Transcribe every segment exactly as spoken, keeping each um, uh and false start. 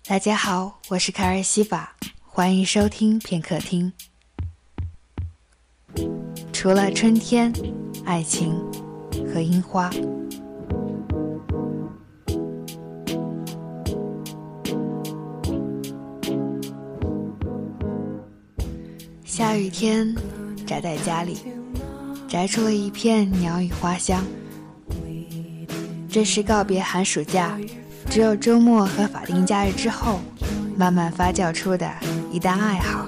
大家好，我是卡尔西法，欢迎收听片刻听。除了春天、爱情和樱花，下雨天宅在家里，宅出了一片鸟语花香。这是告别寒暑假，只有周末和法定假日之后慢慢发酵出的一大爱好。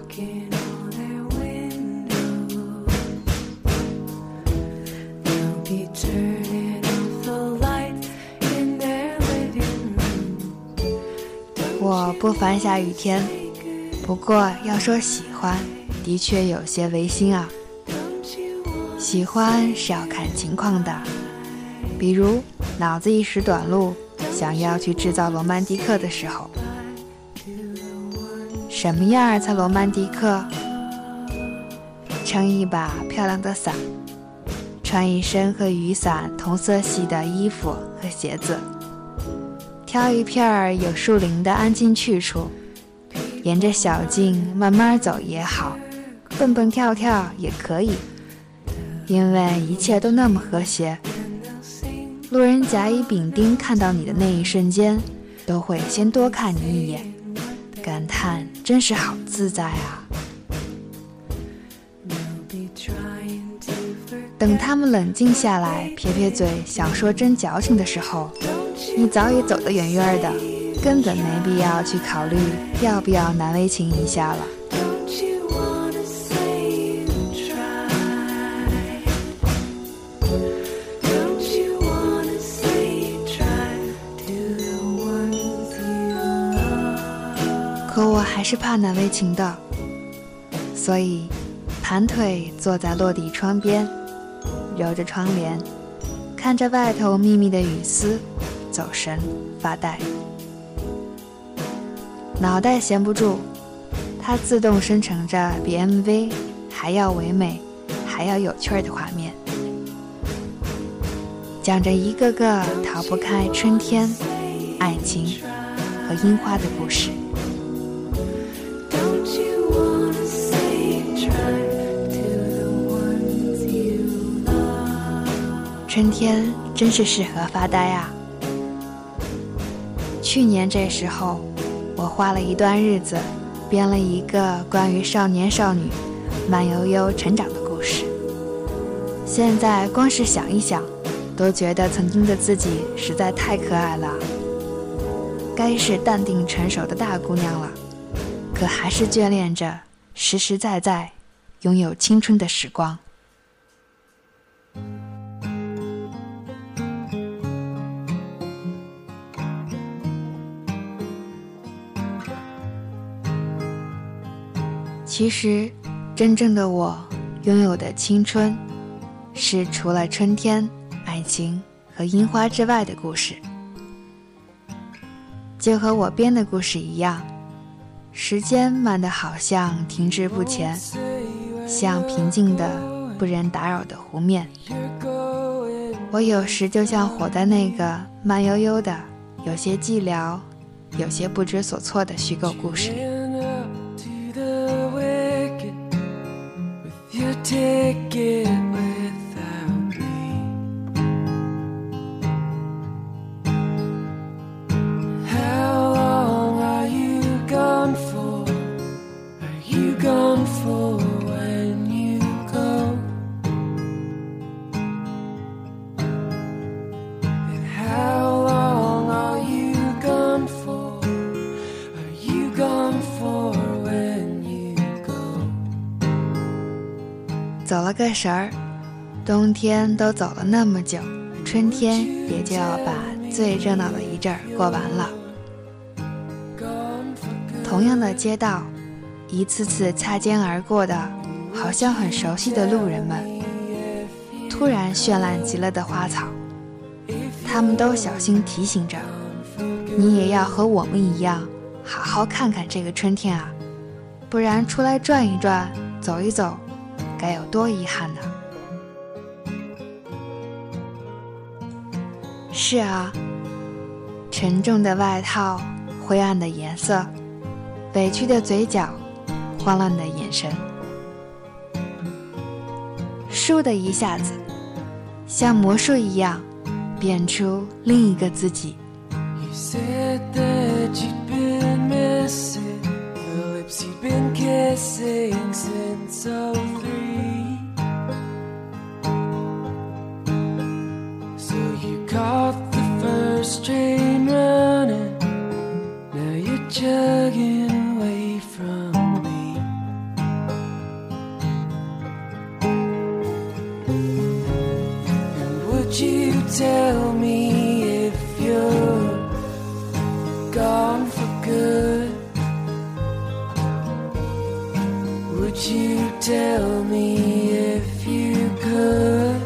我不烦下雨天，不过要说喜欢的确有些违心啊。喜欢是要看情况的，比如脑子一时短路，想要去制造罗曼蒂克的时候。什么样才罗曼蒂克？撑一把漂亮的伞，穿一身和雨伞同色系的衣服和鞋子，挑一片有树林的安静去处，沿着小径慢慢走也好，蹦蹦跳跳也可以，因为一切都那么和谐。路人甲乙丙丁看到你的那一瞬间，都会先多看你一眼，感叹真是好自在啊。等他们冷静下来，撇撇嘴想说真矫情的时候，你早已走得远远的，根本没必要去考虑要不要难为情一下了。可我还是怕难为情的，所以盘腿坐在落地窗边，揉着窗帘，看着外头密密的雨丝，走神发呆。脑袋闲不住，它自动生成着比 M V 还要唯美还要有趣的画面，讲着一个个逃不开春天、爱情和樱花的故事。春天真是适合发呆啊！去年这时候，我花了一段日子编了一个关于少年少女慢悠悠成长的故事。现在光是想一想，都觉得曾经的自己实在太可爱了，该是淡定成熟的大姑娘了，可还是眷恋着实实在在拥有青春的时光。其实真正的我拥有的青春，是除了春天、爱情和樱花之外的故事。就和我编的故事一样，时间慢得好像停滞不前，像平静的不人打扰的湖面。我有时就像活在那个慢悠悠的有些寂寥有些不知所措的虚构故事里。 Take it without me. How long are you gone for? Are you gone for when you go? And how long are you gone for? Are you gone for when you go? 走了个神儿，冬天都走了那么久，春天也就要把最热闹的一阵儿过完了。同样的街道，一次次擦肩而过的好像很熟悉的路人们，突然绚烂极了的花草，他们都小心提醒着你，也要和我们一样好好看看这个春天啊，不然出来转一转走一走该有多遗憾呢？是啊，沉重的外套灰暗的颜色，委屈的嘴角，慌乱的眼神。倏的一下子，像魔术一样变出另一个自己。 You said that you'd been missing the lips you'd been kissing since oh three. So you caught the first train running. Now you're chugging away from me. And would you tell me if you're gone for good? Would you tell me if you could?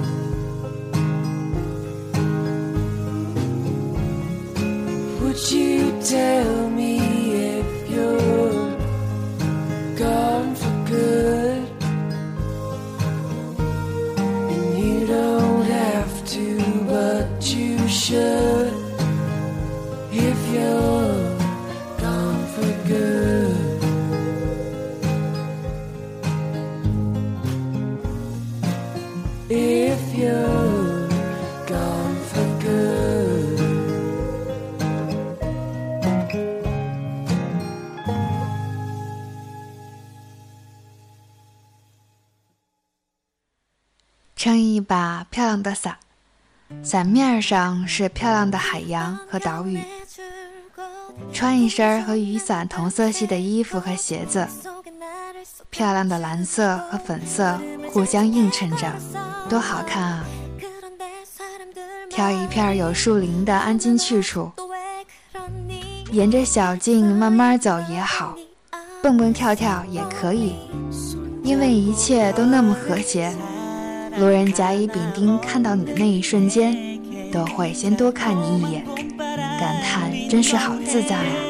Would you tell me if you're gone for good? And you don't have to, but you should. If you're gone for good. If you're gone for good. 撑一把漂亮的伞，伞面上是漂亮的海洋和岛屿。穿一身和雨伞同色系的衣服和鞋子，漂亮的蓝色和粉色互相映衬着，多好看啊！挑一片有树林的安静去处，沿着小径慢慢走也好，蹦蹦跳跳也可以，因为一切都那么和谐。路人甲乙丙丁看到你的那一瞬间，都会先多看你一眼，感叹真是好自在啊。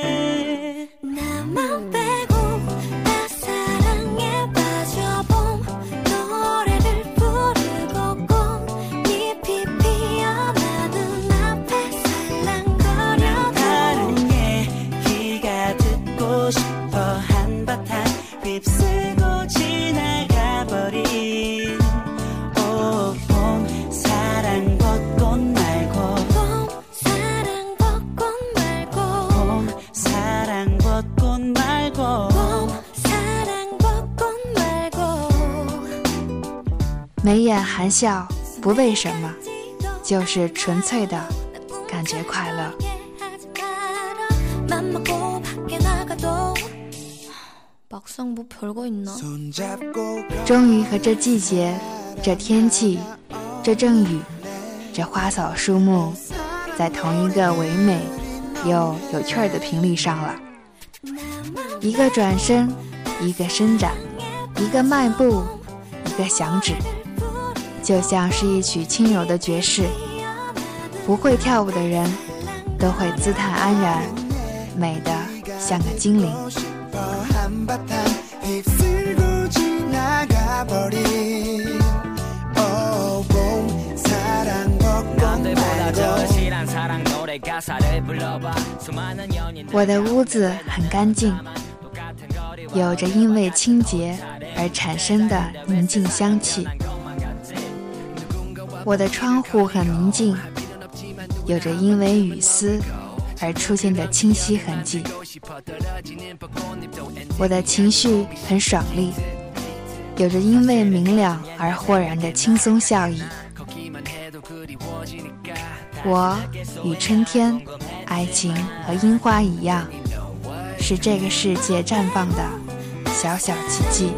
眉眼含笑，不为什么，就是纯粹的感觉快乐。终于和这季节、这天气、这阵雨、这花草树木，在同一个唯美又有趣儿的频率上了。一个转身，一个伸展，一个迈步，一个响指，就像是一曲轻柔的爵士。不会跳舞的人都会自叹安然，美得像个精灵。我的屋子很干净，有着因为清洁而产生的宁静香气。我的窗户很明净，有着因为雨丝而出现的清晰痕迹。我的情绪很爽利，有着因为明亮而豁然的轻松笑意。我与春天、爱情和樱花一样，是这个世界绽放的小小奇迹。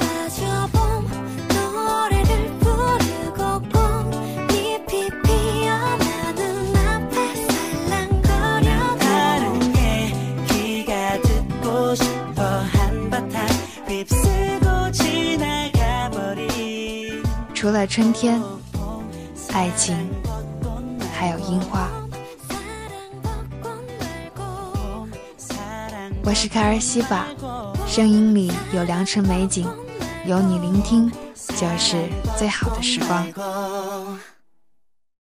除了春天、爱情，还有樱花。我是卡尔西法，声音里有良辰美景，有你聆听，就是最好的时光。